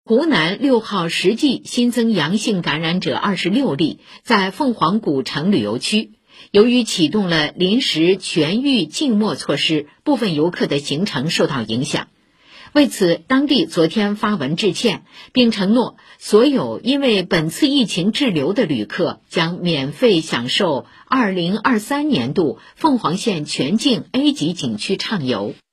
湖南6号实际新增阳性感染者26例，在凤凰古城旅游区。由于启动了临时全域静默措施，部分游客的行程受到影响。为此，当地昨天发文致歉，并承诺所有因为本次疫情滞留的旅客将免费享受2023年度凤凰县全境 A 级景区畅游。